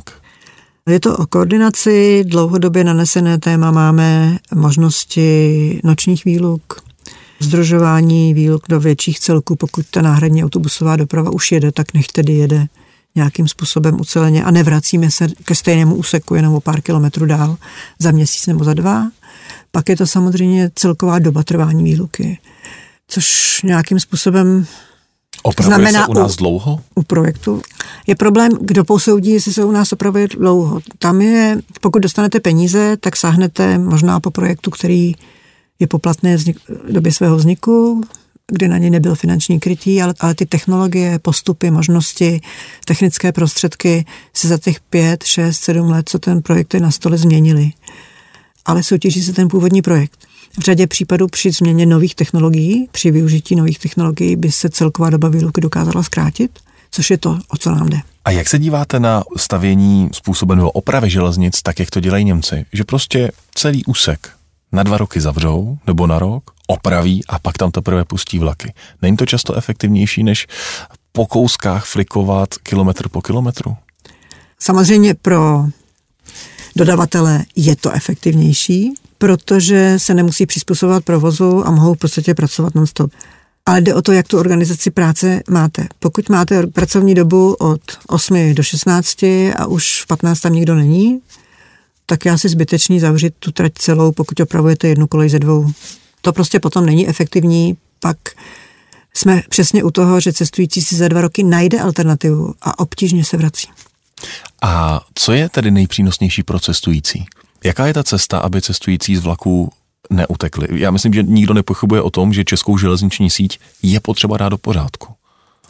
Je to o koordinaci, dlouhodobě nanesené téma máme možnosti nočních výluk, sdružování výluk do větších celků, pokud ta náhradní autobusová doprava už jede, tak nech tedy jede nějakým způsobem uceleně a nevracíme se ke stejnému úseku jenom o pár kilometrů dál za měsíc nebo za 2. Pak je to samozřejmě celková doba trvání výluky, což nějakým způsobem opravuje se u nás dlouho? U projektu. Je problém, kdo posoudí, jestli se u nás opravuje dlouho. Tam je, pokud dostanete peníze, tak sáhnete možná po projektu, který je poplatné v době svého vzniku, kdy na něj nebyl finanční krytí, ale ty technologie, postupy, možnosti, technické prostředky se za těch 5, 6, 7 let, co ten projekt je na stole, změnily. Ale soutěží se ten původní projekt. V řadě případů při změně nových technologií, při využití nových technologií by se celková doba výluky dokázala zkrátit, což je to, o co nám jde. A jak se díváte na stavění způsobeného opravy železnic, tak jak to dělají Němci? Že prostě celý úsek na 2 roky zavřou, nebo na rok, opraví a pak tam teprve pustí vlaky. Není to často efektivnější, než po kouskách flikovat kilometr po kilometru? Samozřejmě pro dodavatele je to efektivnější, protože se nemusí přizpůsobovat provozu a mohou v podstatě pracovat non-stop. Ale jde o to, jak tu organizaci práce máte. Pokud máte pracovní dobu od 8 do 16 a už v 15 tam nikdo není, tak je asi zbytečný zavřít tu trať celou, pokud opravujete 1 kolej ze 2. To prostě potom není efektivní, pak jsme přesně u toho, že cestující si za 2 roky najde alternativu a obtížně se vrací. A co je tedy nejpřínosnější pro cestující? Jaká je ta cesta, aby cestující z vlaků neutekli? Já myslím, že nikdo nepochybuje o tom, že českou železniční síť je potřeba dát do pořádku.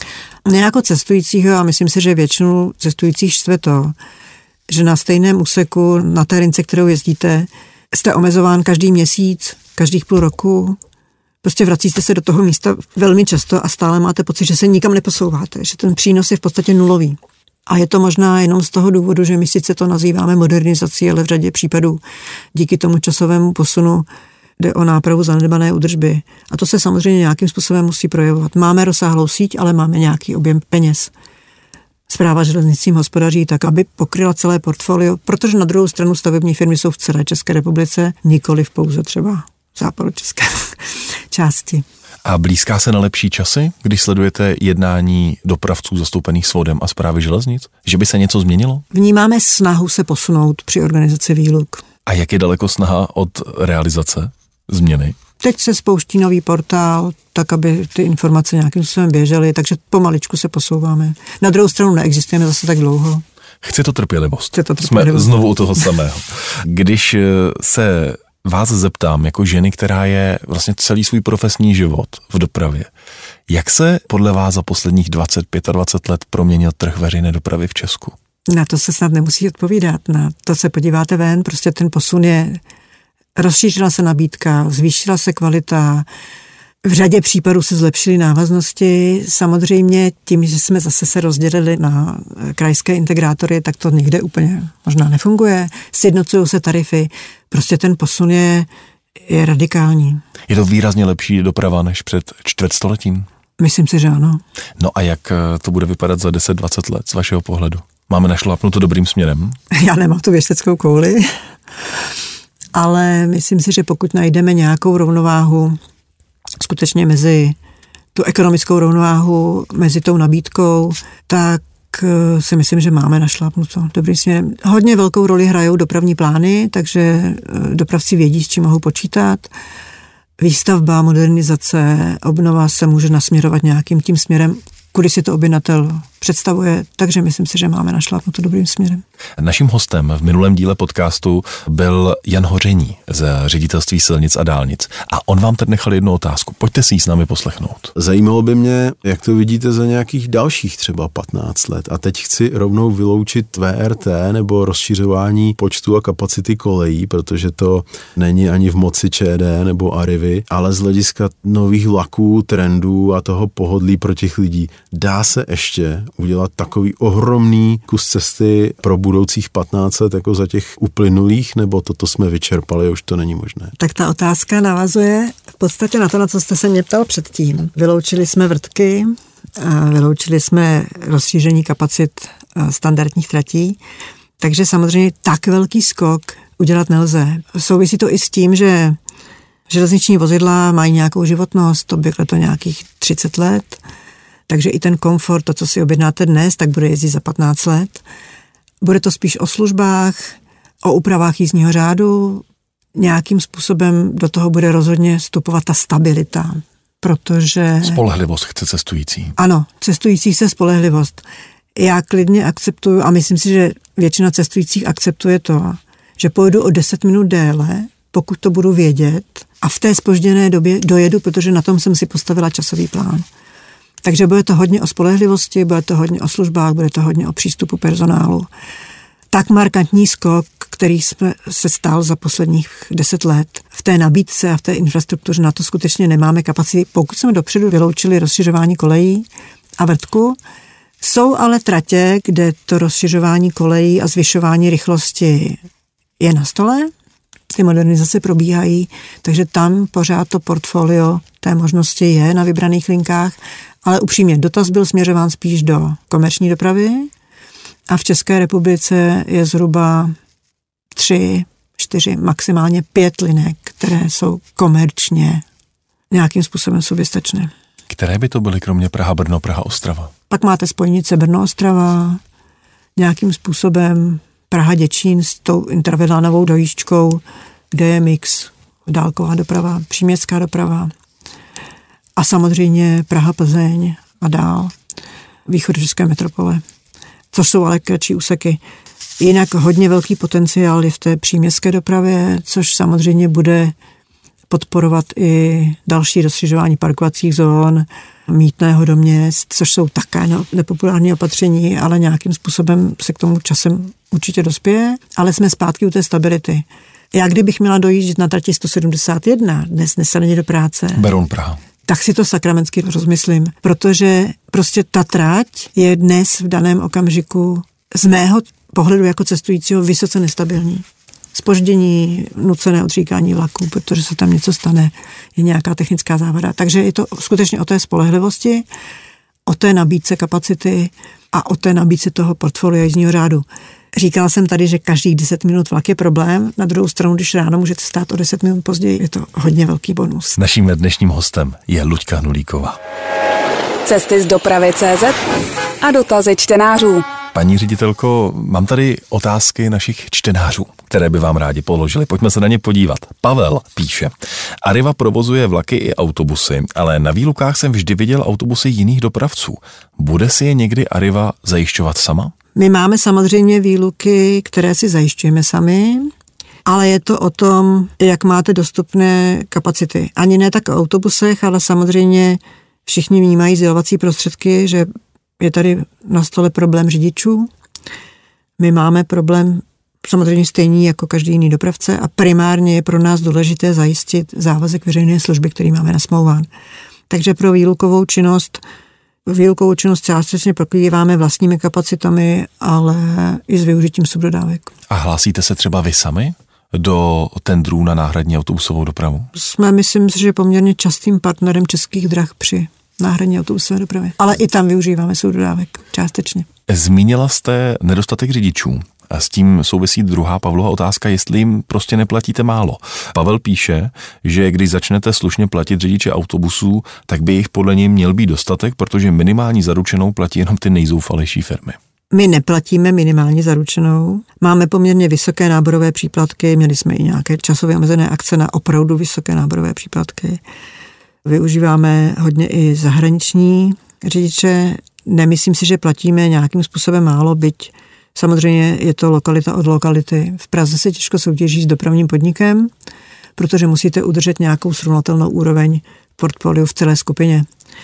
Ne jako cestujícího a myslím si, že většinu cestujících štve to, že na stejném úseku, na té lince, kterou jezdíte, jste omezován každý měsíc, každých půl roku. Prostě vracíte se do toho místa velmi často a stále máte pocit, že se nikam neposouváte, že ten přínos je v podstatě nulový. A je to možná jenom z toho důvodu, že my sice to nazýváme modernizací, ale v řadě případů díky tomu časovému posunu jde o nápravu zanedbané údržby. A to se samozřejmě nějakým způsobem musí projevovat. Máme rozsáhlou síť, ale máme nějaký objem peněz. Správa železnicím hospodaří tak, aby pokryla celé portfolio, protože na druhou stranu stavební firmy jsou v celé České republice, nikoliv pouze třeba v západočeské části. A blízká se na lepší časy, když sledujete jednání dopravců zastoupených SVODem a Správy železnic? Že by se něco změnilo? Vnímáme snahu se posunout při organizaci výluk. A jak je daleko snaha od realizace změny? Teď se spouští nový portál, tak aby ty informace nějakým způsobem běžely, takže pomaličku se posouváme. Na druhou stranu neexistujeme zase tak dlouho. Chce to trpělivost. Jsme znovu u toho samého. Když se vás zeptám jako ženy, která je vlastně celý svůj profesní život v dopravě, jak se podle vás za posledních 25 let proměnil trh veřejné dopravy v Česku? Na to se snad nemusí odpovídat. Na to se podíváte ven, prostě ten posun je, rozšířila se nabídka, zvýšila se kvalita, v řadě případů se zlepšily návaznosti. Samozřejmě tím, že jsme zase se rozdělili na krajské integrátory, tak to někde úplně možná nefunguje. Sjednocují se tarify. Prostě ten posun je radikální. Je to výrazně lepší doprava než před čtvrtstoletím? Myslím si, že ano. No a jak to bude vypadat za 10-20 let z vašeho pohledu? Máme našlápnuto dobrým směrem? Já nemám tu věšteckou kouli, ale myslím si, že pokud najdeme nějakou rovnováhu skutečně mezi tu ekonomickou rovnováhu, mezi tou nabídkou, tak si myslím, že máme našlápnuto dobrým směrem. Hodně velkou roli hrajou dopravní plány, takže dopravci vědí, s čím mohou počítat. Výstavba, modernizace, obnova se může nasměrovat nějakým tím směrem, kudy si to objednatel představuje, takže myslím si, že máme našlápnuto dobrým směrem. Naším hostem v minulém díle podcastu byl Jan Hoření z Ředitelství silnic a dálnic. A on vám teď nechal jednu otázku. Pojďte si ji s námi poslechnout. Zajímalo by mě, jak to vidíte za nějakých dalších třeba 15 let. A teď chci rovnou vyloučit VRT nebo rozšiřování počtu a kapacity kolejí, protože to není ani v moci ČD nebo Arrivy, ale z hlediska nových vlaků, trendů a toho pohodlí pro těch lidí. Dá se ještě udělat takový ohromný kus cesty pro budoucích 15 let jako za těch uplynulých, nebo toto jsme vyčerpali a už to není možné? Tak ta otázka navazuje v podstatě na to, na co jste se mě ptal předtím. Vyloučili jsme vrtky, vyloučili jsme rozšíření kapacit standardních tratí, takže samozřejmě tak velký skok udělat nelze. Souvisí to i s tím, že železniční vozidla mají nějakou životnost, obvykle to nějakých 30 let, takže i ten komfort, to, co si objednáte dnes, tak bude jezdit za 15 let. Bude to spíš o službách, o úpravách jízdního řádu. Nějakým způsobem do toho bude rozhodně vstupovat ta stabilita, protože... Spolehlivost chce cestující. Ano, cestující se spolehlivost. Já klidně akceptuju, a myslím si, že většina cestujících akceptuje to, že pojedu o 10 minut déle, pokud to budu vědět, a v té zpožděné době dojedu, protože na tom jsem si postavila časový plán. Takže bude to hodně o spolehlivosti, bude to hodně o službách, bude to hodně o přístupu personálu. Tak markantní skok, který se stal za posledních 10 let v té nabídce a v té infrastruktuře, na to skutečně nemáme kapacity. Pokud jsme dopředu vyloučili rozšiřování kolejí a vrtku, jsou ale tratě, kde to rozšiřování kolejí a zvyšování rychlosti je na stole, ty modernizace probíhají, takže tam pořád to portfolio té možnosti je na vybraných linkách, ale upřímně dotaz byl směřován spíš do komerční dopravy a v České republice je zhruba 3, 4, maximálně 5 linek, které jsou komerčně nějakým způsobem soběstačné. Které by to byly kromě Praha-Brno, Praha-Ostrava? Pak máte spojnice Brno-Ostrava, nějakým způsobem Praha-Děčín s tou intravilánovou dojížďkou, kde je mix dálková doprava, příměstská doprava a samozřejmě Praha-Plzeň a dál východočeské metropole, což jsou ale kratší úseky. Jinak hodně velký potenciál je v té příměstské dopravě, což samozřejmě bude podporovat i další rozšiřování parkovacích zón, mýtného do měst, což jsou také nepopulární opatření, ale nějakým způsobem se k tomu časem určitě dospěje, ale jsme zpátky u té stability. Já kdybych měla dojíždět na trati 171, dnes nesaně do práce, Beroun Praha, tak si to sakramensky rozmyslím, protože prostě ta trať je dnes v daném okamžiku z mého pohledu jako cestujícího vysoce nestabilní. Zpoždění, nucené odříkání vlaků, protože se tam něco stane, je nějaká technická závada. Takže je to skutečně o té spolehlivosti, o té nabídce kapacity a o té nabídce toho portfolia jízdního řádu. Říkala jsem tady, že každých 10 minut vlak je problém, na druhou stranu, když ráno můžete stát o 10 minut později, je to hodně velký bonus. Naším dnešním hostem je Luďka Hnulíková. Cesty z dopravy.cz a dotazy čtenářů. Paní ředitelko, mám tady otázky našich čtenářů, které by vám rádi položili. Pojďme se na ně podívat. Pavel píše: Arriva provozuje vlaky i autobusy, ale na výlukách jsem vždy viděl autobusy jiných dopravců. Bude si je někdy Arriva zajišťovat sama? My máme samozřejmě výluky, které si zajišťujeme sami, ale je to o tom, jak máte dostupné kapacity. Ani ne tak o autobusech, ale samozřejmě všichni vnímají sdělovací prostředky, že je tady na stole problém řidičů. My máme problém samozřejmě stejný jako každý jiný dopravce a primárně je pro nás důležité zajistit závazek veřejné služby, který máme nasmlouván. Takže pro výlukovou činnost částečně pokrýváme vlastními kapacitami, ale i s využitím subdodávek. A hlásíte se třeba vy sami do tendrů na náhradní autobusovou dopravu? Jsme, myslím si, že poměrně častým partnerem Českých drah při náhradní autobusové dopravě. Ale i tam využíváme subdodávek částečně. Zmínila jste nedostatek řidičů. A s tím souvisí druhá Pavlova otázka, jestli jim prostě neplatíte málo. Pavel píše, že když začnete slušně platit řidiče autobusů, tak by jich podle něj měl být dostatek, protože minimální zaručenou platí jenom ty nejzoufalejší firmy. My neplatíme minimálně zaručenou. Máme poměrně vysoké náborové příplatky, měli jsme i nějaké časově omezené akce na opravdu vysoké náborové příplatky. Využíváme hodně i zahraniční řidiče. Nemyslím si, že platíme nějakým způsobem málo, byť samozřejmě je to lokalita od lokality. V Praze se těžko soutěží s dopravním podnikem, protože musíte udržet nějakou srovnatelnou úroveň portfoliu v celé skupině.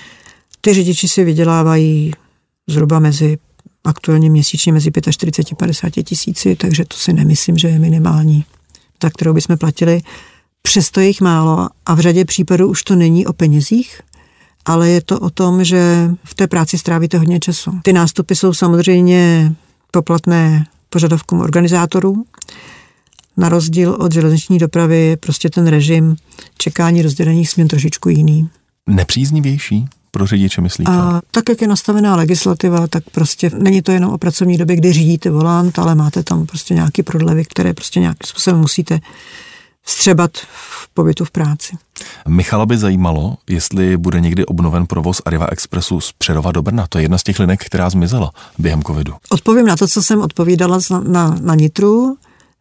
Ty řidiči si vydělávají zhruba aktuálně měsíčně mezi 45 a 50 tisíci, takže to si nemyslím, že je minimální, za kterou bychom platili. Přesto je jich málo a v řadě případů už to není o penězích, ale je to o tom, že v té práci strávíte hodně času. Ty nástupy jsou samozřejmě poplatné požadavkům organizátorů. Na rozdíl od železniční dopravy je prostě ten režim čekání rozdělených směn trošičku jiný. Nepříznivější pro řidiče, myslíte? A tak, jak je nastavená legislativa, tak prostě není to jenom o pracovní době, kdy řídíte volant, ale máte tam prostě nějaký prodlevy, které prostě nějakým způsobem musíte vstřebat v pobytu v práci. Michala by zajímalo, jestli bude někdy obnoven provoz Arriva Expressu z Přerova do Brna. To je jedna z těch linek, která zmizela během covidu. Odpovím na to, co jsem odpovídala na Nitru.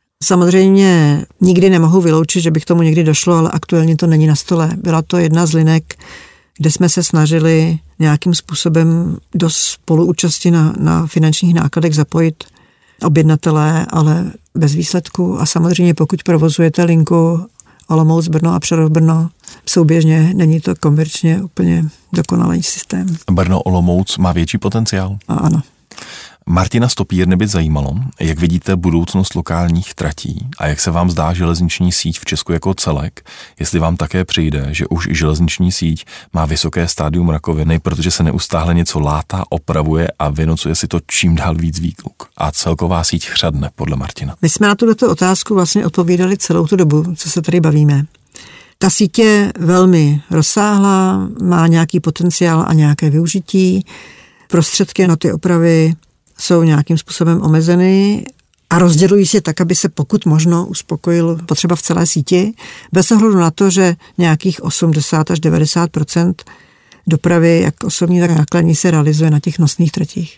Samozřejmě nikdy nemohu vyloučit, že by k tomu někdy došlo, ale aktuálně to není na stole. Byla to jedna z linek, kde jsme se snažili nějakým způsobem do spoluúčasti na finančních nákladech zapojit objednatelé, ale bez výsledku. A samozřejmě pokud provozujete linku Olomouc, Brno a Přerov, Brno souběžně, není to komerčně úplně dokonalý systém. Brno Olomouc má větší potenciál? A ano. Martina Stopírny by zajímalo, jak vidíte budoucnost lokálních tratí a jak se vám zdá železniční síť v Česku jako celek, jestli vám také přijde, že už železniční síť má vysoké stádium rakoviny, protože se neustále něco látá, opravuje a vynocuje si to čím dál víc výkluk a celková síť chřadne, podle Martina. My jsme na tuto otázku vlastně odpovídali celou tu dobu, co se tady bavíme. Ta síť je velmi rozsáhlá, má nějaký potenciál a nějaké využití. Prostředky na ty opravy jsou nějakým způsobem omezeny a rozdělují se tak, aby se pokud možno uspokojil potřeba v celé síti, bez ohledu na to, že nějakých 80 až 90% dopravy, jak osobní, tak nákladní, se realizuje na těch nosných tratích.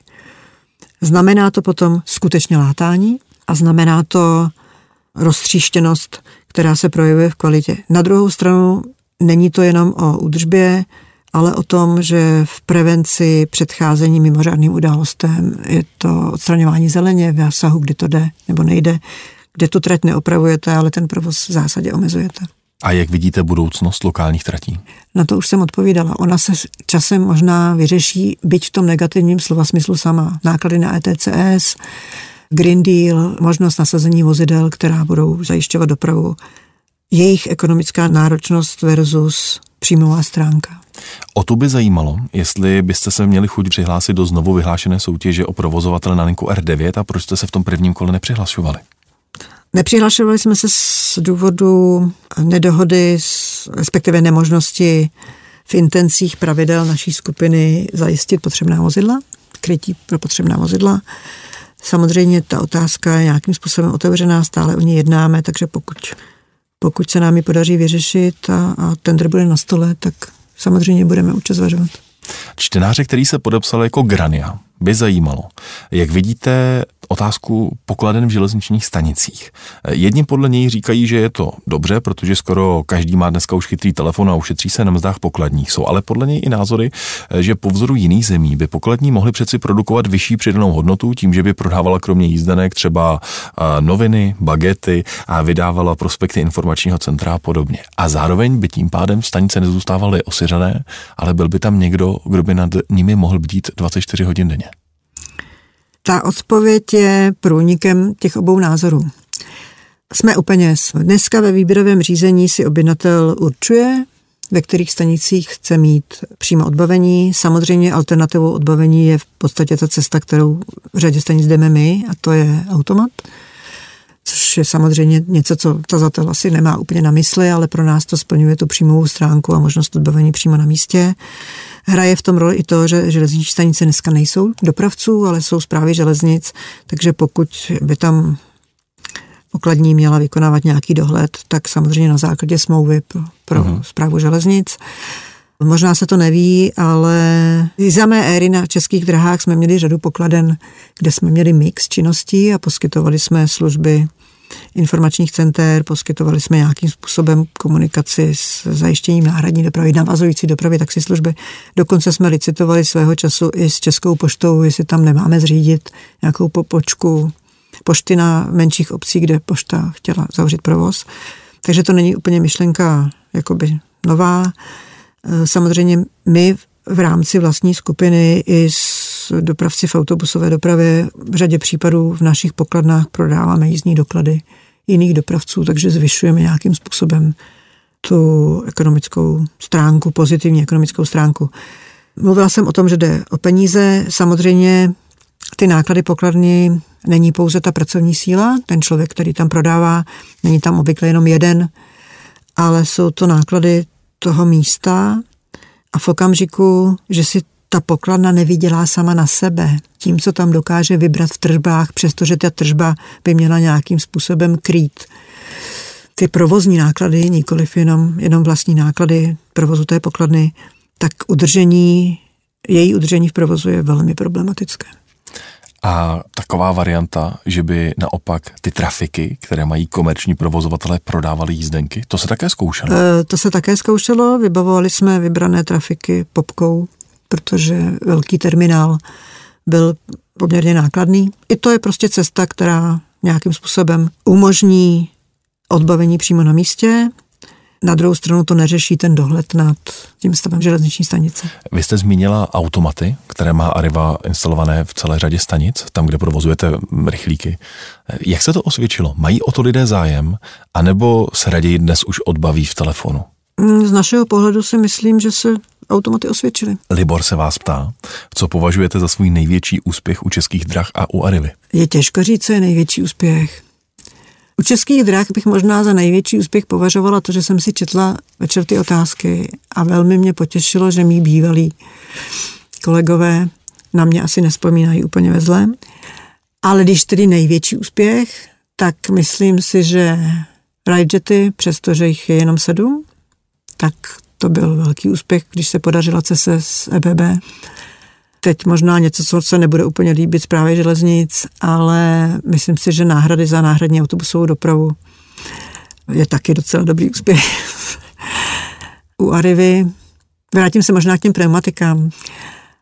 Znamená to potom skutečně látání a znamená to roztříštěnost, která se projevuje v kvalitě. Na druhou stranu není to jenom o údržbě, ale o tom, že v prevenci předcházení mimořádným událostem je to odstraňování zeleně v zásahu, kdy to jde nebo nejde, kde tu trať neopravujete, ale ten provoz v zásadě omezujete. A jak vidíte budoucnost lokálních tratí? Na to už jsem odpovídala. Ona se časem možná vyřeší, byť v tom negativním slova smyslu sama. Náklady na ETCS, Green Deal, možnost nasazení vozidel, která budou zajišťovat dopravu. Jejich ekonomická náročnost versus příjmová stránka. O to by zajímalo, jestli byste se měli chuť přihlásit do znovu vyhlášené soutěže o provozovatele na linku R9 a proč jste se v tom prvním kole nepřihlašovali? Nepřihlašovali jsme se z důvodu nedohody, respektive nemožnosti v intencích pravidel naší skupiny zajistit potřebná vozidla, krytí pro potřebná vozidla. Samozřejmě ta otázka je nějakým způsobem otevřená, stále o ní jednáme, takže pokud se nám ji podaří vyřešit a tendr bude na stole, tak samozřejmě budeme určitě zvažovat. Čtenáře, který se podepsal jako Grania, by zajímalo, jak vidíte otázku pokladen v železničních stanicích. Jedni podle něj říkají, že je to dobře, protože skoro každý má dneska už chytrý telefon a ušetří se na mzdách pokladních. Jsou ale podle něj i názory, že po vzoru jiných zemí by pokladní mohly přeci produkovat vyšší přidanou hodnotu tím, že by prodávala kromě jízdenek třeba noviny, bagety a vydávala prospekty informačního centra a podobně. A zároveň by tím pádem stanice nezůstávaly osiřené, ale byl by tam někdo, kdo by nad nimi mohl bdít 24 hodin denně. Ta odpověď je průnikem těch obou názorů. Jsme u peněz. Dneska ve výběrovém řízení si objednatel určuje, ve kterých stanicích chce mít přímo odbavení. Samozřejmě alternativou odbavení je v podstatě ta cesta, kterou v řadě stanic jdeme my, a to je automat. Což je samozřejmě něco, co tazatel asi nemá úplně na mysli, ale pro nás to splňuje tu příjmovou stránku a možnost odbavení přímo na místě. Hraje v tom roli i to, že železniční stanice dneska nejsou dopravců, ale jsou správy železnic, takže pokud by tam pokladní měla vykonávat nějaký dohled, tak samozřejmě na základě smlouvy pro správu železnic. Možná se to neví, ale za mé éry na Českých drahách jsme měli řadu pokladen, kde jsme měli mix činností a poskytovali jsme služby informačních center, poskytovali jsme nějakým způsobem komunikaci s zajištěním náhradní dopravy, navazující dopravy, taxislužby. Dokonce jsme licitovali svého času i s Českou poštou, jestli tam nemáme zřídit nějakou pobočku pošty na menších obcích, kde pošta chtěla zavřít provoz. Takže to není úplně myšlenka jakoby nová. Samozřejmě my v rámci vlastní skupiny i s dopravci v autobusové dopravě v řadě případů v našich pokladnách prodáváme jízdní doklady jiných dopravců, takže zvyšujeme nějakým způsobem tu ekonomickou stránku, pozitivní ekonomickou stránku. Mluvila jsem o tom, že jde o peníze. Samozřejmě ty náklady pokladny není pouze ta pracovní síla, ten člověk, který tam prodává, není tam obvykle jenom jeden, ale jsou to náklady toho místa a v okamžiku, že si ta pokladna nevydělá sama na sebe, tím, co tam dokáže vybrat v tržbách, přestože ta tržba by měla nějakým způsobem krýt ty provozní náklady, nikoliv jenom vlastní náklady provozu té pokladny, tak její udržení v provozu je velmi problematické. A taková varianta, že by naopak ty trafiky, které mají komerční provozovatelé, prodávaly jízdenky, to se také zkoušelo? To se také zkoušelo, vybavovali jsme vybrané trafiky popkou, protože velký terminál byl poměrně nákladný. I to je prostě cesta, která nějakým způsobem umožní odbavení přímo na místě. Na druhou stranu to neřeší ten dohled nad tím stavem železniční stanice. Vy jste zmínila automaty, které má Arriva instalované v celé řadě stanic, tam, kde provozujete rychlíky. Jak se to osvědčilo? Mají o to lidé zájem, anebo se raději dnes už odbaví v telefonu? Z našeho pohledu si myslím, že se automaty osvědčily. Libor se vás ptá, co považujete za svůj největší úspěch u Českých drah a u Arrivy? Je těžko říct, co je největší úspěch. U Českých drah bych možná za největší úspěch považovala to, že jsem si četla večer ty otázky a velmi mě potěšilo, že mý bývalí kolegové na mě asi nevzpomínají úplně ve zlém. Ale když tedy největší úspěch, tak myslím si, že Ridejety, přestože jich je jenom 7, tak to byl velký úspěch, když se podařila cese s EBB. Teď možná něco, co se nebude úplně líbit Správě železnic, ale myslím si, že náhrady za náhradní autobusovou dopravu je taky docela dobrý úspěch. U Arrivy, vrátím se možná k těm pneumatikám.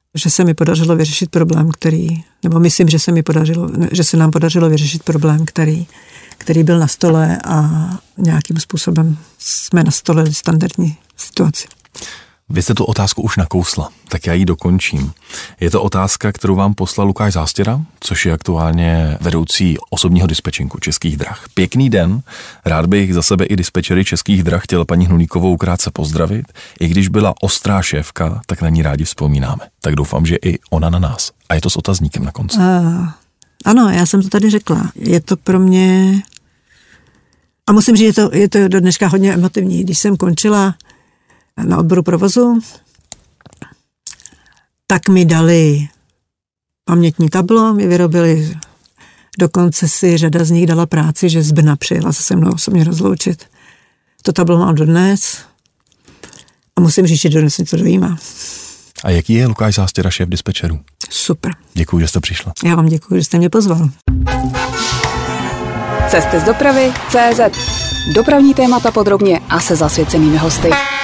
že se mi podařilo vyřešit problém, nebo myslím, že se nám podařilo vyřešit problém, který byl na stole a nějakým způsobem jsme nastolili standardní situaci. Vy jste tu otázku už nakousla, tak já ji dokončím. Je to otázka, kterou vám poslal Lukáš Zástěra, což je aktuálně vedoucí osobního dispečinku Českých drah. Pěkný den, rád bych za sebe i dispečery Českých drah chtěl paní Hnulíkovou krátce pozdravit. I když byla ostrá šéfka, tak na ní rádi vzpomínáme. Tak doufám, že i ona na nás. A je to s otazníkem na konci. Ano, já jsem to tady řekla. Je to pro mě... A musím říct, je to do dneška hodně emotivní. Když jsem končila na odboru provozu, tak mi dali pamětní tablo, mi vyrobili, dokonce si řada z nich dala práci, že z Brna přijela se mnou osobně rozloučit. To tablo mám dodnes a musím říct, že dodnes mě to dojímá. A jaký je Lukáš Zástěra, šéf dispečerů? Super. Děkuji, že jste přišla. Já vám děkuji, že jste mě pozval. Cesty z dopravy CZ. Dopravní témata podrobně a se zasvěcenými hosty.